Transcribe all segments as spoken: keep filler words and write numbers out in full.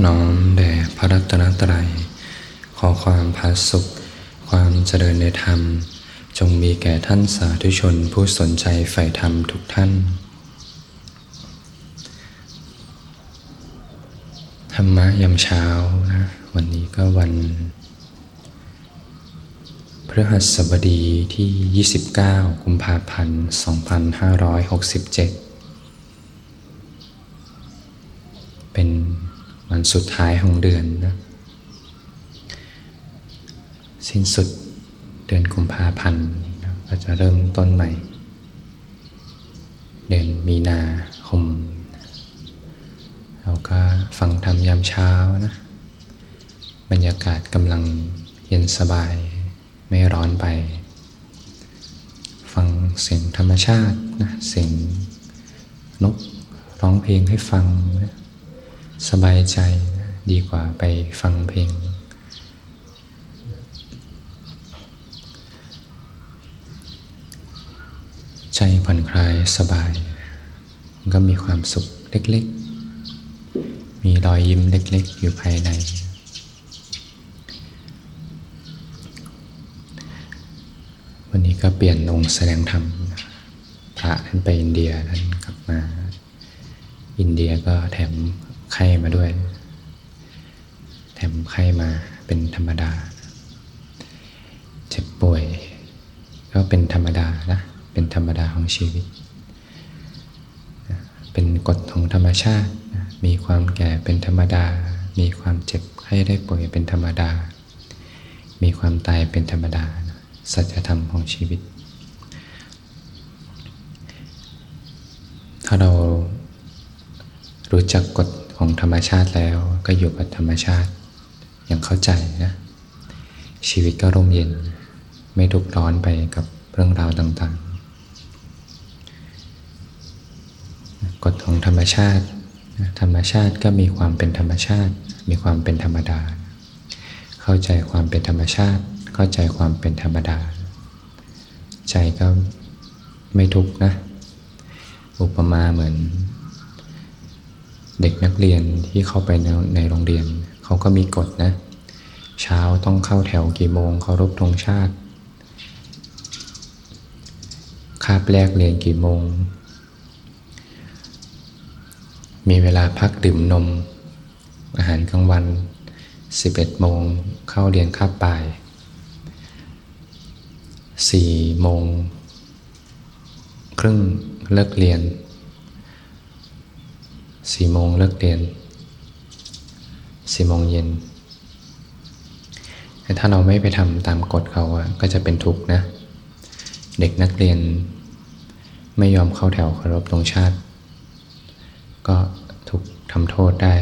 น้อมแด่พระรัตนตรัยขอความผาสุกความเจริญในธรรมจงมีแก่ท่านสาธุชนผู้สนใจใฝ่ธรรมทุกท่านธรรมะยามเช้านะวันนี้ก็วันพฤหัสบดีที่ยี่สิบเก้ากุมภาพันธ์สองพันห้าร้อยหกสิบเจ็ดเป็นวันสุดท้ายของเดือนนะสิ้นสุดเดือนกุมภาพันธ์ก็จะเริ่มต้นใหม่เดือนมีนาคมเราก็ฟังธรรมยามเช้านะบรรยากาศกำลังเย็นสบายไม่ร้อนไปฟังเสียงธรรมชาตินะเสียงนกร้องเพลงให้ฟังนะสบายใจนะดีกว่าไปฟังเพลงใจผ่อนคลายสบายก็มีความสุขเล็กๆมีรอยยิ้มเล็กๆอยู่ภายในวันนี้ก็เปลี่ยนองค์แสดงธรรมพระท่านไปอินเดียท่านกลับมาอินเดียก็แถมไข้มาด้วยแถมไข้มาเป็นธรรมดาเจ็บป่วยก็เป็นธรรมดานะเป็นธรรมดาของชีวิตเป็นกฎของธรรมชาติมีความแก่เป็นธรรมดามีความเจ็บไข้ได้ป่วยเป็นธรรมดามีความตายเป็นธรรมดาสัจธรรมของชีวิตถ้าเรารู้จักกฎของธรรมชาติแล้วก็อยู่กับธรรมชาติอย่างเข้าใจนะชีวิตก็ร่มเย็นไม่ทุกข์ร้อนไปกับเรื่องราวต่างๆกฎของธรรมชาติธรรมชาติก็มีความเป็นธรรมชาติมีความเป็นธรรมดาเข้าใจความเป็นธรรมชาติเข้าใจความเป็นธรรมดาใจก็ไม่ทุกข์นะอุปมาเหมือนเด็กนักเรียนที่เข้าไปในในโรงเรียนเขาก็มีกฎนะเช้าต้องเข้าแถวกี่โมงเคารพธงชาติคาบแรกเรียนกี่โมงมีเวลาพักดื่มนมอาหารกลางวันสิบเอ็ดโมงเข้าเรียนคาบบ่ายสี่โมงครึ่งเลิกเรียนสี่โมงเลิกเรียนสี่โมงเย็นแต่ถ้าเราไม่ไปทำตามกฎเขาอะก็จะเป็นทุกข์นะเด็กนักเรียนไม่ยอมเข้าแถวเคารพธงชาติก็ถูกทำโทษได้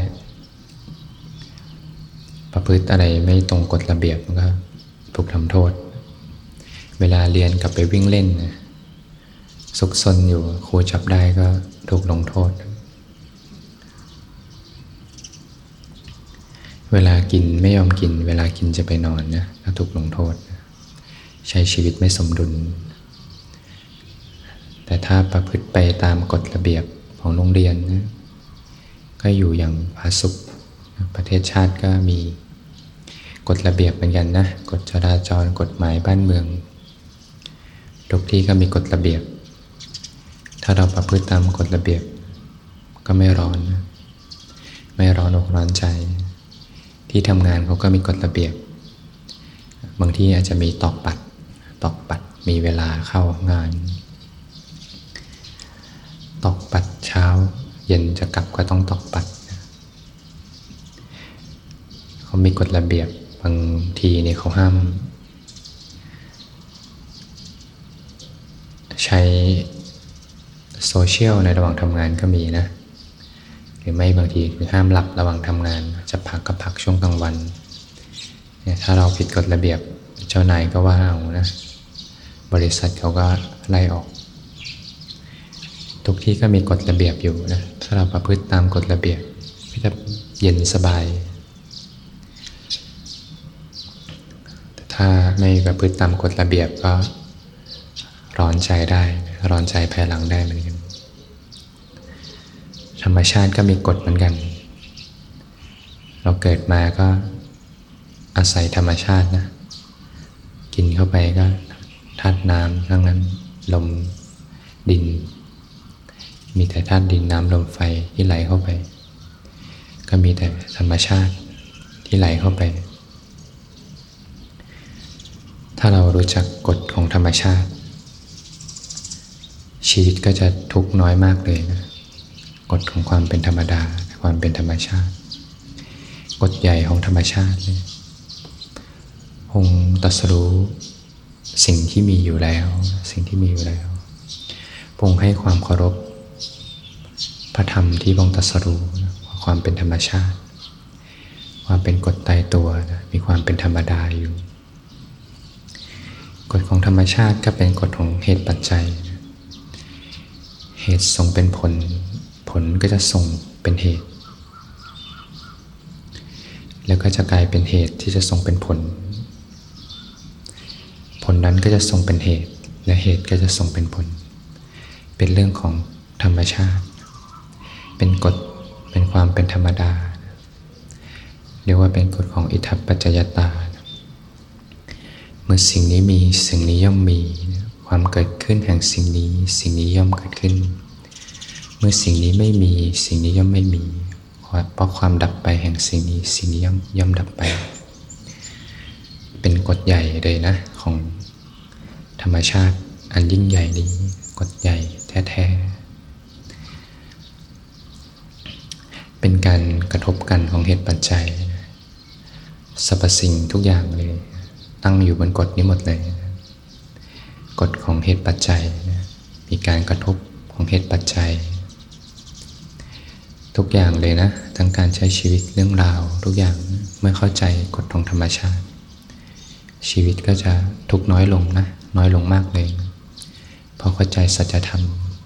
ประพฤติอะไรไม่ตรงกฎระเบียบมันก็ถูกทำโทษเวลาเรียนกลับไปวิ่งเล่นนะซุกซนอยู่ครูจับได้ก็ถูกลงโทษเวลากินไม่ยอมกินเวลากินจะไปนอนนะก็ถูกลงโทษใช้ชีวิตไม่สมดุลแต่ถ้าประพฤติไปตามกฎระเบียบของโรงเรียนนะก็อยู่อย่างผาสุกประเทศชาติก็มีกฎระเบียบเหมือนกันนะกฎจราจรกฎหมายบ้านเมืองทุกที่ก็มีกฎระเบียบถ้าเราประพฤติตามกฎระเบียบก็ไม่ร้อนนะไม่ร้อนอกร้อนใจที่ทำงานเขาก็มีกฎระเบียบบางที่อาจจะมีตอกบัตรตอกบัตรมีเวลาเข้างานตอกบัตรเช้าเย็นจะกลับก็ต้องตอกบัตรเขามีกฎระเบียบบางทีเนี่ยเขาห้ามใช้โซเชียลในระหว่างทำงานก็มีนะหรือไม่บางทีคือห้ามหลับระหว่างทำงานจะพักก็พักช่วงกลางวันเนี่ยถ้าเราผิดกฎระเบียบเจ้านายก็ว่าเอานะบริษัทเขาก็ไล่ออกทุกที่ก็มีกฎระเบียบอยู่นะถ้าเราประพฤติตามกฎระเบียบก็จะเย็นสบายแต่ถ้าไม่ประพฤติตามกฎระเบียบก็ร้อนใจได้ร้อนใจภายหลังได้เหมือนกัน ธรรมชาติก็มีกฎเหมือนกันเราเกิดมาก็อาศัยธรรมชาตินะกินเข้าไปก็ธาตุน้ำทั้งนั้นลมดินมีแต่ธาตุดินน้ำลมไฟที่ไหลเข้าไปก็มีแต่ธรรมชาติที่ไหลเข้าไปถ้าเรารู้จักกฎของธรรมชาติชีวิตก็จะทุกข์น้อยมากเลยนะกฎของความเป็นธรรมดาความเป็นธรรมชาติกฎใหญ่ของธรรมชาติเนี่ยพงตรัสรู้สิ่งที่มีอยู่แล้วสิ่งที่มีอยู่แล้วพงให้ความเคารพพระธรรมที่พงตรัสรู้ความเป็นธรรมชาติความเป็นกฎตายตัวนะมีความเป็นธรรมดาอยู่กฎของธรรมชาติก็เป็นกฎของเหตุปัจจัยเหตุส่งเป็นผลผลก็จะส่งเป็นเหตุแล้วก็จะกลายเป็นเหตุที่จะส่งเป็นผลผลนั้นก็จะส่งเป็นเหตุและเหตุก็จะส่งเป็นผลเป็นเรื่องของธรรมชาติเป็นกฎเป็นความเป็นธรรมดาเรียกว่าเป็นกฎของอิทัปปัจจยตาเมื่อสิ่งนี้มีสิ่งนี้ย่อมมีความเกิดขึ้นแห่งสิ่งนี้สิ่งนี้ย่อมเกิดขึ้นเมื่อสิ่งนี้ไม่มีสิ่งนี้ย่อมไม่มีเพราะความดับไปแห่งสิ่งนี้สิ่งนี้ย่อมย่อมดับไปเป็นกฎใหญ่เลยนะของธรรมชาติอันยิ่งใหญ่นี้กฎใหญ่แท้ๆเป็นการกระทบกันของเหตุปัจจัยสรรพสิ่งทุกอย่างเลยตั้งอยู่บนกฎนี้หมดเลยกฎของเหตุปัจจัยมีการกระทบของเหตุปัจจัยทุกอย่างเลยนะทั้งการใช้ชีวิตเรื่องราวทุกอย่างเมื่อเข้าใจกฎของธรรมชาติชีวิตก็จะทุกข์น้อยลงนะน้อยลงมากเลยเพราะเข้าใจสัจธรรม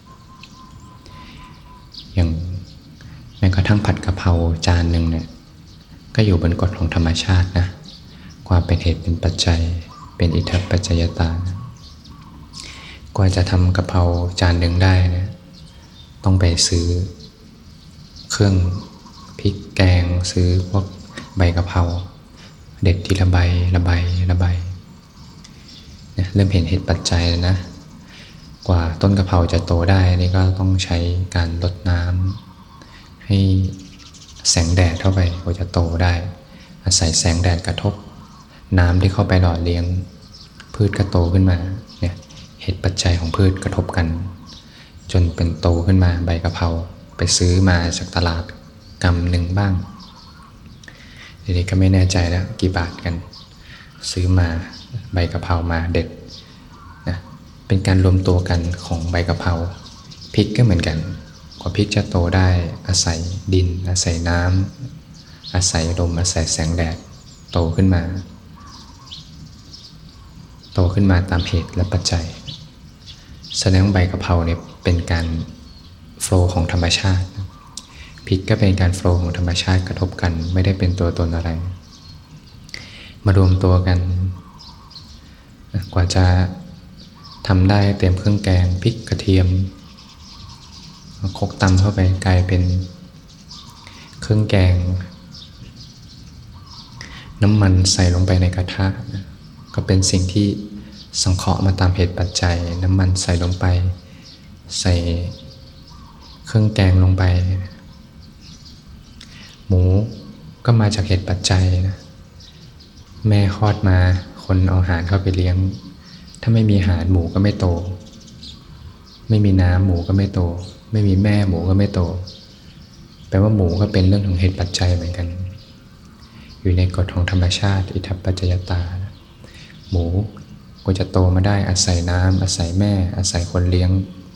อย่างแม้กระทั่งผัดกะเพราจานหนึ่งเนี่ยก็อยู่บนกฎของธรรมชาตินะความเป็นเหตุเป็นปัจจัยเป็นอิทัปปัจจยตากว่าจะทำกะเพราจานหนึ่งได้นะต้องไปซื้อเครื่องพริกแกงซื้อพวกใบกะเพราเด็ดทีละใบละใบละใบเนี่ยเริ่มเห็นเหตุปัจจัยแล้วนะกว่าต้นกะเพราจะโตได้นี่ก็ต้องใช้การรดน้ำให้แสงแดดเข้าไปกว่าจะโตได้อาศัยแสงแดดกระทบน้ำที่เข้าไปหล่อเลี้ยงพืชก็โตขึ้นมาเนี่ยเหตุปัจจัยของพืชกระทบกันจนเป็นโตขึ้นมาใบกะเพราไปซื้อมาจากตลาดกำหนึ่งบ้างทีนี้ก็ไม่แน่ใจแล้วกี่บาทกันซื้อมาใบกะเพรามาเด็ดนะเป็นการรวมตัวกันของใบกะเพราพริกก็เหมือนกันกว่าพริกจะโตได้อาศัยดินอาศัยน้ำอาศัยลมอาศัยแสงแดดโตขึ้นมาโตขึ้นมาตามเหตุและปัจจัยแสดงใบกะเพราเนี่ยเป็นการโฟลว์ของธรรมชาติพริกก็เป็นการโฟลว์ของธรรมชาติกระทบกันไม่ได้เป็นตัวตนอะไรมารวมตัวกันกว่าจะทำได้เตรียมเครื่องแกงพริกกระเทียมคลุกตำเข้าไปกลายเป็นเครื่องแกงน้ำมันใส่ลงไปในกระทะก็เป็นสิ่งที่สังเคราะห์มาตามเหตุปัจจัยน้ำมันใส่ลงไปใส่เครื่องแกงลงไปหมูก็มาจากเหตุปัจจัยนะแม่คลอดมาคนเอาอาหารเข้าไปเลี้ยงถ้าไม่มีอาหารหมูก็ไม่โตไม่มีน้ำหมูก็ไม่โตไม่มีแม่หมูก็ไม่โตแปลว่าหมูก็เป็นเรื่องของเหตุปัจจัยเหมือนกันอยู่ในกฎของธรรมชาติอิทัปปัจจยตาหมูกว่าจะโตมาได้อาศัยน้ำอาศัยแม่อาศัยคนเลี้ยง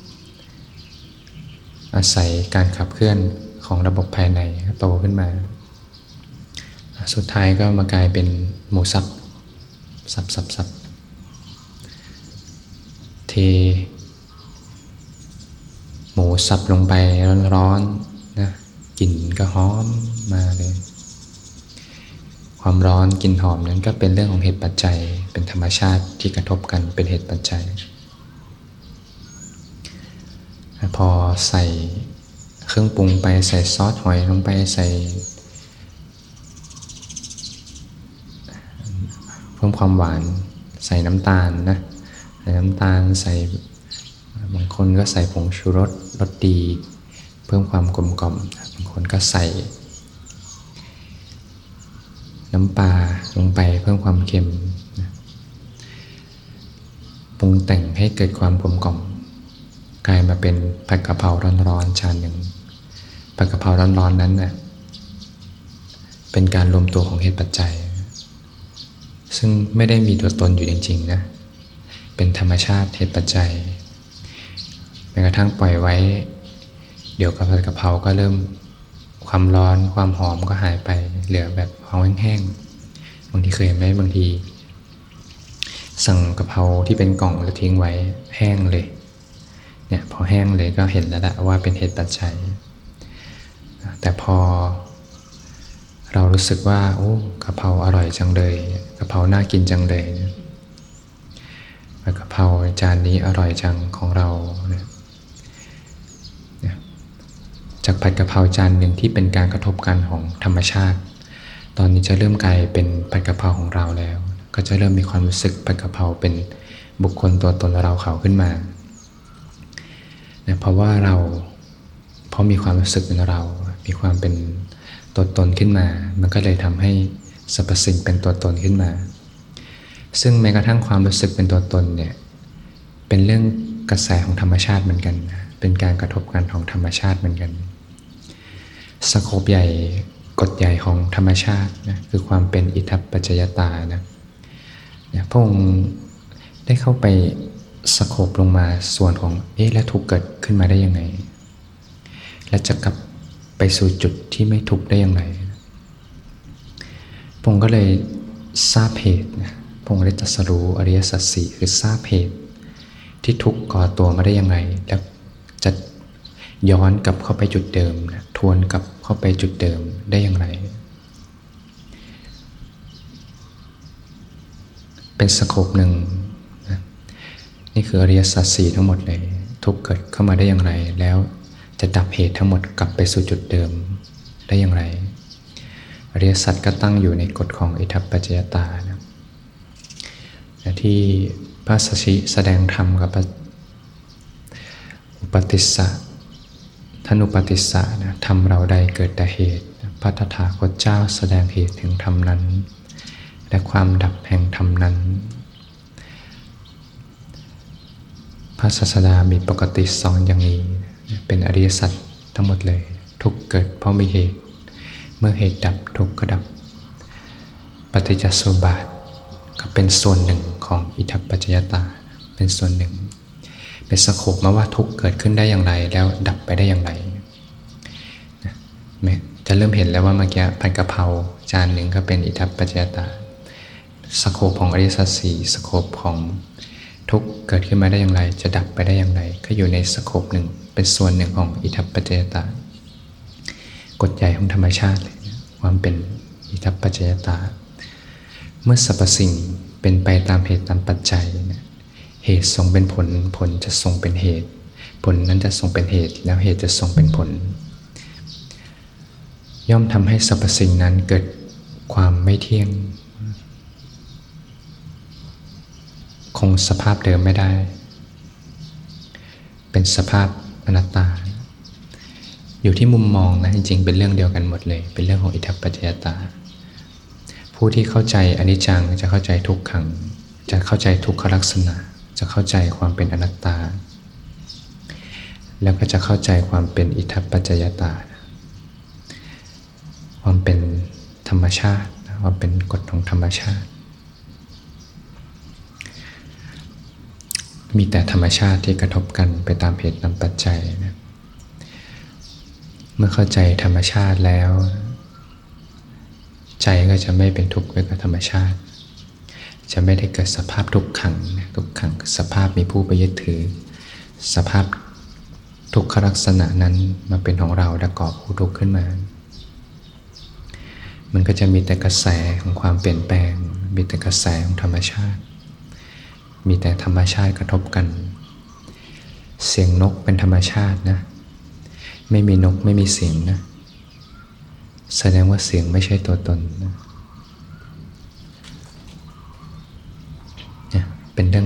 อาศัยการขับเคลื่อนของระบบภายในโตขึ้นมาสุดท้ายก็มากลายเป็นหมูสับสับสับสับเทหมูสับลงไปร้อนๆนะกลิ่นก็หอมมาเลยความร้อนกลิ่นหอมนั้นก็เป็นเรื่องของเหตุปัจจัยเป็นธรรมชาติที่กระทบกันเป็นเหตุปัจจัยพอใส่เครื่องปรุงไปใส่ซอสหอยลงไปใส่เพิ่มความหวานใส่น้ำตาลนะใส่น้ำตาลใส่บางคนก็ใส่ผงชูรสรสดีเพิ่มความกลมกล่อมบางคนก็ใส่น้ำปลาลงไปเพิ่มความเค็มนะปรุงแต่งให้เกิดความกลมกล่อมกลายมาเป็นผัดกะเพราร้อนๆจานหนึ่งผัดกะเพราร้อนๆนั้นนะเป็นการรวมตัวของเหตุปัจจัยซึ่งไม่ได้มีตัวตนอยู่จริงๆนะเป็นธรรมชาติเหตุปัจจัยแม้กระทั่งปล่อยไว้เดี๋ยวกะเพรากะเพราก็เริ่มความร้อนความหอมก็หายไปเหลือแบบหอมแห้งๆบางทีเคยเห็นไหมบางทีสั่งกะเพราที่เป็นกล่องแล้วทิ้งไว้แห้งเลยเนี่ยพอแห้งเลยก็เห็นแล้วแหละว่าเป็นเหตุปัจจัยแต่พอเรารู้สึกว่าโอ้กะเพราอร่อยจังเลยกะเพราน่ากินจังเลยกะเพราจานนี้อร่อยจังของเราเนี่ยจากผัดกะเพราจานหนึ่งที่เป็นการกระทบกันของธรรมชาติตอนนี้จะเริ่มกลายเป็นผัดกะเพราของเราแล้วก็จะเริ่มมีความรู้สึกผัดกะเพราเป็นบุคคลตัวตนเราเขาขึ้นมาเนี่ยเพราะว่าเราเพราะมีความรู้สึกเป็นเรามีความเป็นตัวตนขึ้นมามันก็เลยทำให้สรรพสิ่งเป็นตัวตนขึ้นมาซึ่งแม้กระทั่งความรู้สึกเป็นตัวตนเนี่ยเป็นเรื่องกระแสของธรรมชาติเหมือนกันเป็นการกระทบกันของธรรมชาติเหมือนกันสโคปใหญ่กฎใหญ่ของธรรมชาตินะคือความเป็นอิทัปปัจจยตานะพระองค์ได้เข้าไปสโคปลงมาส่วนของเอ๊ะแล้วทุกข์เกิดขึ้นมาได้ยังไงและจะกลับไปสู่จุดที่ไม่ทุกข์ได้อย่างไรพระองค์ก็เลยทราบเหตุนะพระองค์ได้ตรัสรู้อริยสัจสี่คือทราบเหตุที่ทุกข์ก่อตัวมาได้ยังไงแล้วจะย้อนกลับเข้าไปจุดเดิมนะทวนกลับเข้าไปจุดเดิมได้อย่างไรเป็นสโคปหนึ่งนะนี่คืออริยสัจสี่ทั้งหมดเลยทุกข์เกิดเข้ามาได้อย่างไรแล้วจะดับเหตุทั้งหมดกลับไปสู่จุดเดิมได้อย่างไรอริยสัจก็ตั้งอยู่ในกฎของอิทัปปัจจยตานะที่พระสัชชิแสดงธรรมกับอุปติสสะท่านอุปติสสะนะธรรมเราใดเกิดแต่เหตุพระตถาคตเจ้าแสดงเหตุถึงธรรมนั้นและความดับแห่งธรรมนั้นพระศาสดามีปกติสอนอย่างนี้เป็นอริยสัจทั้งหมดเลยทุกเกิดเพราะมีเหตุเมื่อเหตุดับทุกก็ดับปฏิจจสมุปบาทก็เป็นส่วนหนึ่งของอิทัปปัจจยตาเป็นส่วนหนึ่งเป็นสโคปมาว่าทุกเกิดขึ้นได้อย่างไรแล้วดับไปได้อย่างไรจะเริ่มเห็นแล้วว่าเมื่อกี้ผัดกะเพราจานหนึ่งก็เป็นอิทัปปัจจยตาสโคปของอริยสัจสี่สโคปของทุกเกิดขึ้นมาได้อย่างไรจะดับไปได้อย่างไรก็อยู่ในสโคปหนึ่งเป็นส่วนหนึ่งของอิทัปปัจจยตากฎใหญ่ของธรรมชาติเลยความเป็นอิทัปปัจจยตาเมื่อสรรพสิ่งเป็นไปตามเหตุตามปัจจัยเหตุส่งเป็นผลผลจะส่งเป็นเหตุผลนั้นจะส่งเป็นเหตุแล้วเหตุจะส่งเป็นผลย่อมทำให้สรรพสิ่งนั้นเกิดความไม่เที่ยงคงสภาพเดิมไม่ได้เป็นสภาพอนัตตาอยู่ที่มุมมองนะจริงๆเป็นเรื่องเดียวกันหมดเลยเป็นเรื่องของอิทัปปัจจยตาผู้ที่เข้าใจอนิจจังจะเข้าใจทุกขังจะเข้าใจทุกขลักษณะจะเข้าใจความเป็นอนัตตาแล้วก็จะเข้าใจความเป็นอิทัปปัจจยตาความเป็นธรรมชาติความเป็นกฎของธรรมชาติมีแต่ธรรมชาติที่กระทบกันไปตามเหตุตามปัจจัยนะเมื่อเข้าใจธรรมชาติแล้วใจก็จะไม่เป็นทุกข์ไปกับธรรมชาติจะไม่ได้เกิดสภาพทุกขังทุกขังสภาพมีผู้ไปยึดถือสภาพทุกขลักษณะนั้นมาเป็นของเราและก่อผู้ทุกข์ขึ้นมามันก็จะมีแต่กระแสของความเปลี่ยนแปลงมีแต่กระแสของธรรมชาติมีแต่ธรรมชาติกระทบกันเสียงนกเป็นธรรมชาตินะไม่มีนกไม่มีเสียงนะแสดงว่าเสียงไม่ใช่ตัวตนนะ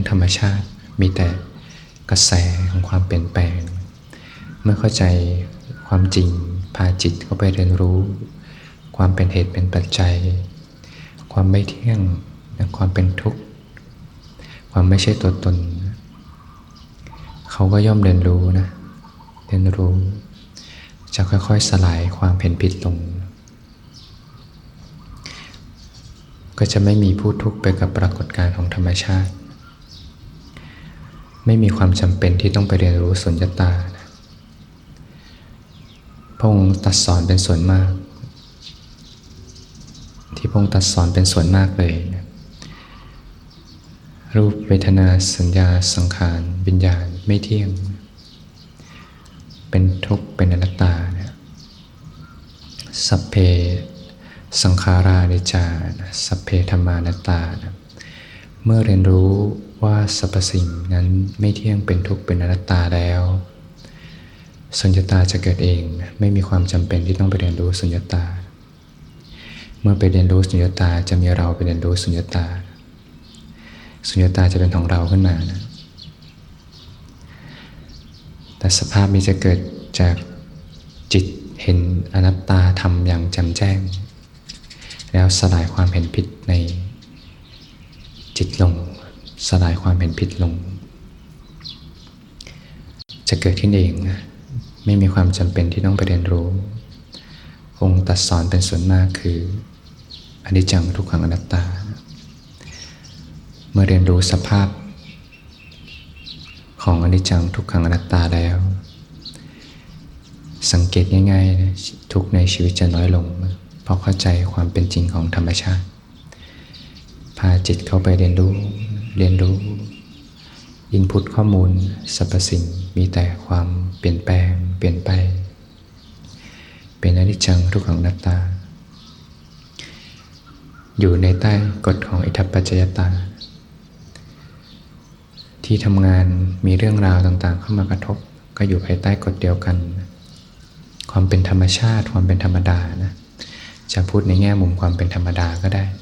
รื่องธรรมชาติมีแต่กระแสของความเปลี่ยนแปลงเมื่อเข้าใจความจริงพาจิตเข้าไปเรียนรู้ความเป็นเหตุเป็นปัจจัยความไม่เที่ยงความเป็นทุกข์ความไม่ใช่ตัวตนเขาก็ย่อมเรียนรู้นะเรียนรู้จะค่อยๆสลายความเห็นผิดลงก็จะไม่มีผู้ทุกข์ไปกับปรากฏการณ์ของธรรมชาติไม่มีความจำเป็นที่ต้องไปเรียนรู้สุญญตานะพระองค์ตรัสสอนเป็นส่วนมากที่พระองค์ตรัสสอนเป็นส่วนมากเลยนะรูปเวทนาสัญญาสังขารวิญญาณไม่เที่ยงเป็นทุกข์เป็นอนัตตานะสัพเพสังขารานิจจานะสัพเพธัมมานัตตานะเมื่อเรียนรู้ว่าสรรพสิ่งนั้นไม่เที่ยงเป็นทุกข์เป็นอนัตตาแล้วสุญญตาจะเกิดเองไม่มีความจำเป็นที่ต้องไปเรียนรู้สุญญตาเมื่อไปเรียนรู้สุญญตาจะมีเราไปเรียนรู้สุญญตาสุญญตาจะเป็นของเราขึ้นมานะแต่สภาพนี้จะเกิดจากจิตเห็นอนัตตาธรรมอย่างแจ่มแจ้งแล้วสลายความเห็นผิดในจิตลงสลายความเห็นผิดลงจะเกิดขึ้นเองนะไม่มีความจำเป็นที่ต้องไปเรียนรู้องค์ตรัสสอนเป็นส่วนมากคืออนิจจังทุกขังอนัตตาเมื่อเรียนรู้สภาพของอนิจจังทุกขังอนัตตาแล้วสังเกตง่ายๆนะทุกในชีวิตจะน้อยลงเพราะเข้าใจความเป็นจริงของธรรมชาติพาจิตเข้าไปเรียนรู้เรียนรู้อินพุตข้อมูลสรรพสิ่งมีแต่ความเปลี่ยนแปลงเปลี่ยนไปเป็นอนิจจังทุกขังอนัตตาอยู่ในใต้กฎของอิทัปปัจจยตาที่ทำงานมีเรื่องราวต่างๆเข้ามากระทบก็อยู่ภายใต้กฎเดียวกันความเป็นธรรมชาติความเป็นธรรมดานะจะพูดในแง่มุมความเป็นธรรมดาก็ได้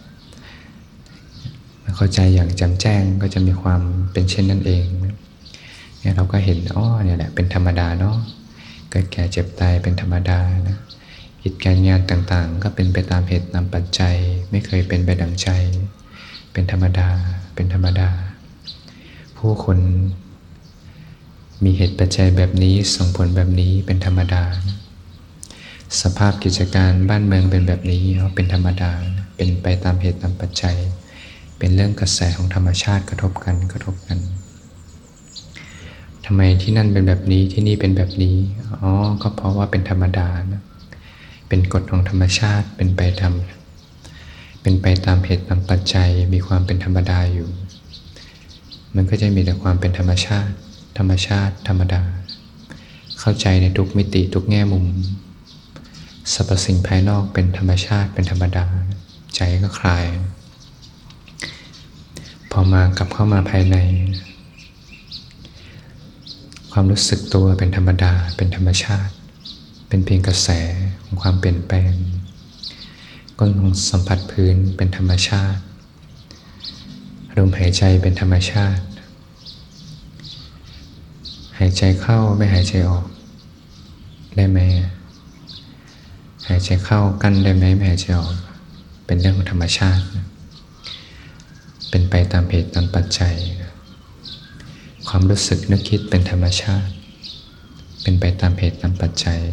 เข้าใจอย่างแจ่มแจ้งก็จะมีความเป็นเช่นนั้นเองเนี่ยเราก็เห็นอ๋อเนี่ยแหละเป็นธรรมดาเนาะเกิดแก่เจ็บตายเป็นธรรมดานะกิจการงานต่างๆก็เป็นไปตามเหตุตามปัจจัยไม่เคยเป็นไปดังใจเป็นธรรมดาเป็นธรรมดาผู้คนมีเหตุปัจจัยแบบนี้ส่งผลแบบนี้เป็นธรรมดานะสภาพกิจการบ้านเมืองเป็นแบบนี้เป็นธรรมดานะเป็นไปตามเหตุตามปัจจัยเป็นเรื่องกระแสของธรรมชาติกระทบกันกระทบกันทำไมที่นั่นเป็นแบบนี้ที่นี่เป็นแบบนี้อ๋อก็เพราะว่าเป็นธรรมดานะเป็นกฎของธรรมชาติเป็นไปตามเป็นไปตามเหตุตามปัจจัยมีความเป็นธรรมดาอยู่มันก็จะมีแต่ความเป็นธรรมชาติธรรมชาติธรรมดาเข้าใจในทุกมิติทุกแง่มุมสรรพสิ่งภายนอกเป็นธรรมชาติเป็นธรรมดาใจก็คลายพอมากลับเข้ามาภายในความรู้สึกตัวเป็นธรรมดาเป็นธรรมชาติเป็นเพียงกระแสของความเปลี่ยนแปลงก้นของสัมผัสพื้นเป็นธรรมชาติลมหายใจเป็นธรรมชาติหายใจเข้าไม่หายใจออกได้ไหมหายใจเข้ากั้นได้ไหมไม่หายใจออกเป็นเรื่องของธรรมชาติเป็นไปตามเหตุตามปัจจัยความรู้สึกนึกคิดเป็นธรรมชาติเป็นไปตามเหตุตามปัจจัย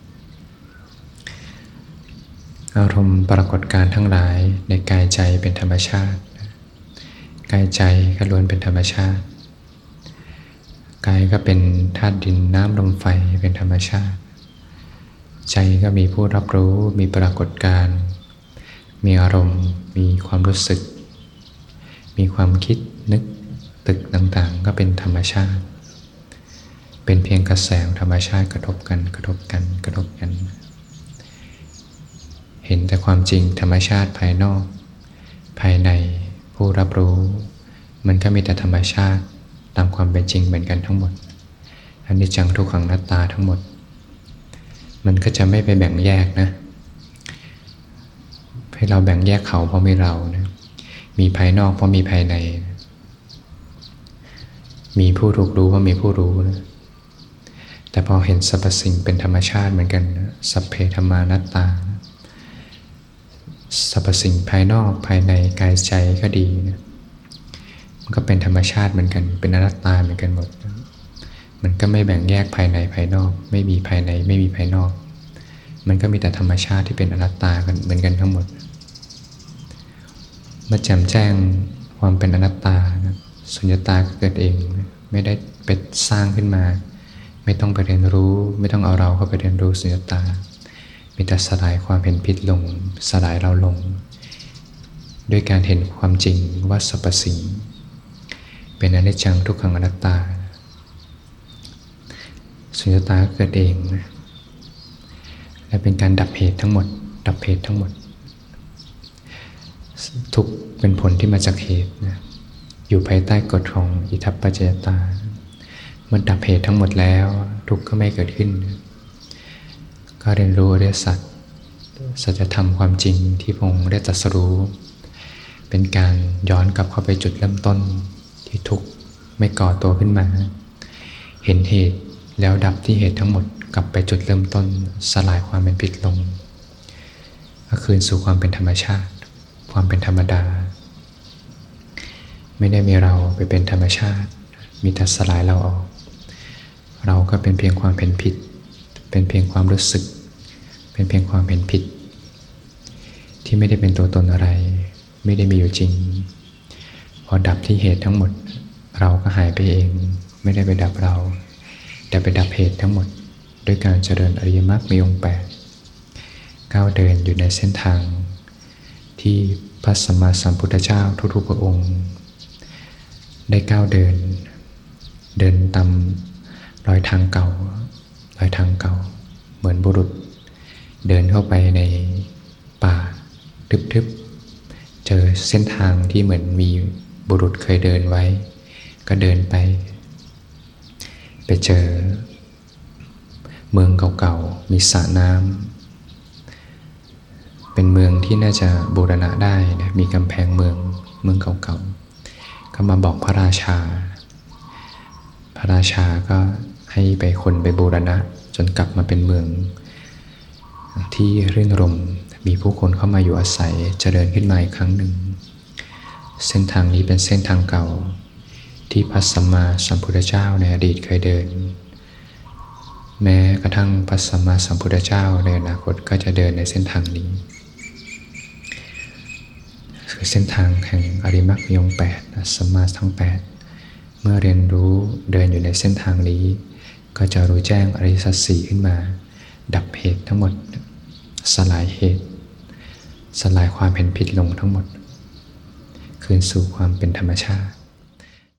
อารมณ์ปรากฏการณ์ทั้งหลายในกายใจเป็นธรรมชาติกายใจก็ล้วนเป็นธรรมชาติกายก็เป็นธาตุดินน้ำลมไฟเป็นธรรมชาติใจก็มีผู้รับรู้มีปรากฏการณ์มีอารมณ์มีความรู้สึกมีความคิดนึกตึกต่างๆก็เป็นธรรมชาติเป็นเพียงกระแสของธรรมชาติกระทบกันกระทบกันกระทบกันเห็นแต่ความจริงธรรมชาติภายนอกภายในผู้รับรู้มันก็มีแต่ธรรมชาติตามความเป็นจริงเหมือนกันทั้งหมดอนิจจังทุกขังอนัตตาทั้งหมดมันก็จะไม่ไปแบ่งแยกนะให้เราแบ่งแยกเขาเพราะมีเรานะมีภายนอกเพราะมีภายในมีผู้ถูกรู้ว่ามีผู้รู้นะแต่พอเห็นสรรพสิ่งเป็นธรรมชาติเหมือนกันนะสัพเพธัมมานัตตานะสรรพสิ่งภายนอกภายในกายใจก็ดีนะมันก็เป็นธรรมชาติเหมือนกันเป็นอนัตตาเหมือนกันหมดนะมันก็ไม่แบ่งแยกภายในภายนอกไม่มีภายในไม่มีภายนอกมันก็มีแต่ธรรมชาติที่เป็นอนัตตากันเหมือนกันทั้งหมดเมื่อแจ่มแจ้งความเป็นอนัตตานะสุญญตาก็เกิดเองนะไม่ได้เป็นสร้างขึ้นมาไม่ต้องไปเรียนรู้ไม่ต้องเอาเราเข้าไปเรียนรู้สุญญตามีแต่สลายความเห็นผิดลงสลายเราลงด้วยการเห็นความจริงว่าสรรพสิ่งเป็นอนิจจังทุกขังอนัตตาสุญญตาเกิดเองนะและเป็นการดับเหตุทั้งหมดดับเหตุทั้งหมดทุกเป็นผลที่มาจากเหตุนะอยู่ภายใต้กฎของอิทัปปัจจยตาเมื่อดับเหตุทั้งหมดแล้วทุกข์ก็ไม่เกิดขึ้นก็เรียนรู้อริยสัจสัจธรรมความจริงที่พระองค์ได้ตรัสรู้เป็นการย้อนกลับเข้าไปจุดเริ่มต้นที่ทุกข์ไม่ก่อตัวขึ้นมาเห็นเหตุแล้วดับที่เหตุทั้งหมดกลับไปจุดเริ่มต้นสลายความเป็นผิดลงก็คืนสู่ความเป็นธรรมชาติความเป็นธรรมดาไม่ได้มีเราไปเป็นธรรมชาติมีแต่สลายเราออกเราก็เป็นเพียงความเห็นผิดเป็นเพียงความรู้สึกเป็นเพียงความเห็นผิดที่ไม่ได้เป็นตัวตนอะไรไม่ได้มีอยู่จริงพอดับที่เหตุทั้งหมดเราก็หายไปเองไม่ได้ไปดับเราแต่ไปดับเหตุทั้งหมดด้วยการเจริญอริยมรรคมีองค์แปดก้าวเดินอยู่ในเส้นทางที่พระสัมมาสัมพุทธเจ้าทุกๆพระองค์ได้ก้าวเดินเดินตามรอยทางเก่ารอยทางเก่าเหมือนบุรุษเดินเข้าไปในป่าทึบๆเจอเส้นทางที่เหมือนมีบุรุษเคยเดินไว้ก็เดินไปไปเจอเมืองเก่าๆมีสระน้ำเป็นเมืองที่น่าจะบูรณะได้นะมีกำแพงเมืองเมืองเก่าๆก็มาบอกพระราชาพระราชาก็ให้ไปคนไปบูรณะจนกลับมาเป็นเมืองที่รื่นรมมีผู้คนเข้ามาอยู่อาศัยเจริญขึ้นมาอีกครั้งหนึ่งเส้นทางนี้เป็นเส้นทางเก่าที่พระสัมมาสัมพุทธเจ้าในอดีตเคยเดินแม้กระทั่งพระสัมมาสัมพุทธเจ้าในอนาคตก็จะเดินในเส้นทางนี้คือเส้นทางแห่งอริยมรรคมีองค์แปดสัมมาทั้งแปดเมื่อเรียนรู้เดินอยู่ในเส้นทางนี้ก็จะรู้แจ้งอริยสัจสี่ขึ้นมาดับเหตุทั้งหมดสลายเหตุสลายความเห็นผิดลงทั้งหมดคืนสู่ความเป็นธรรมชาติ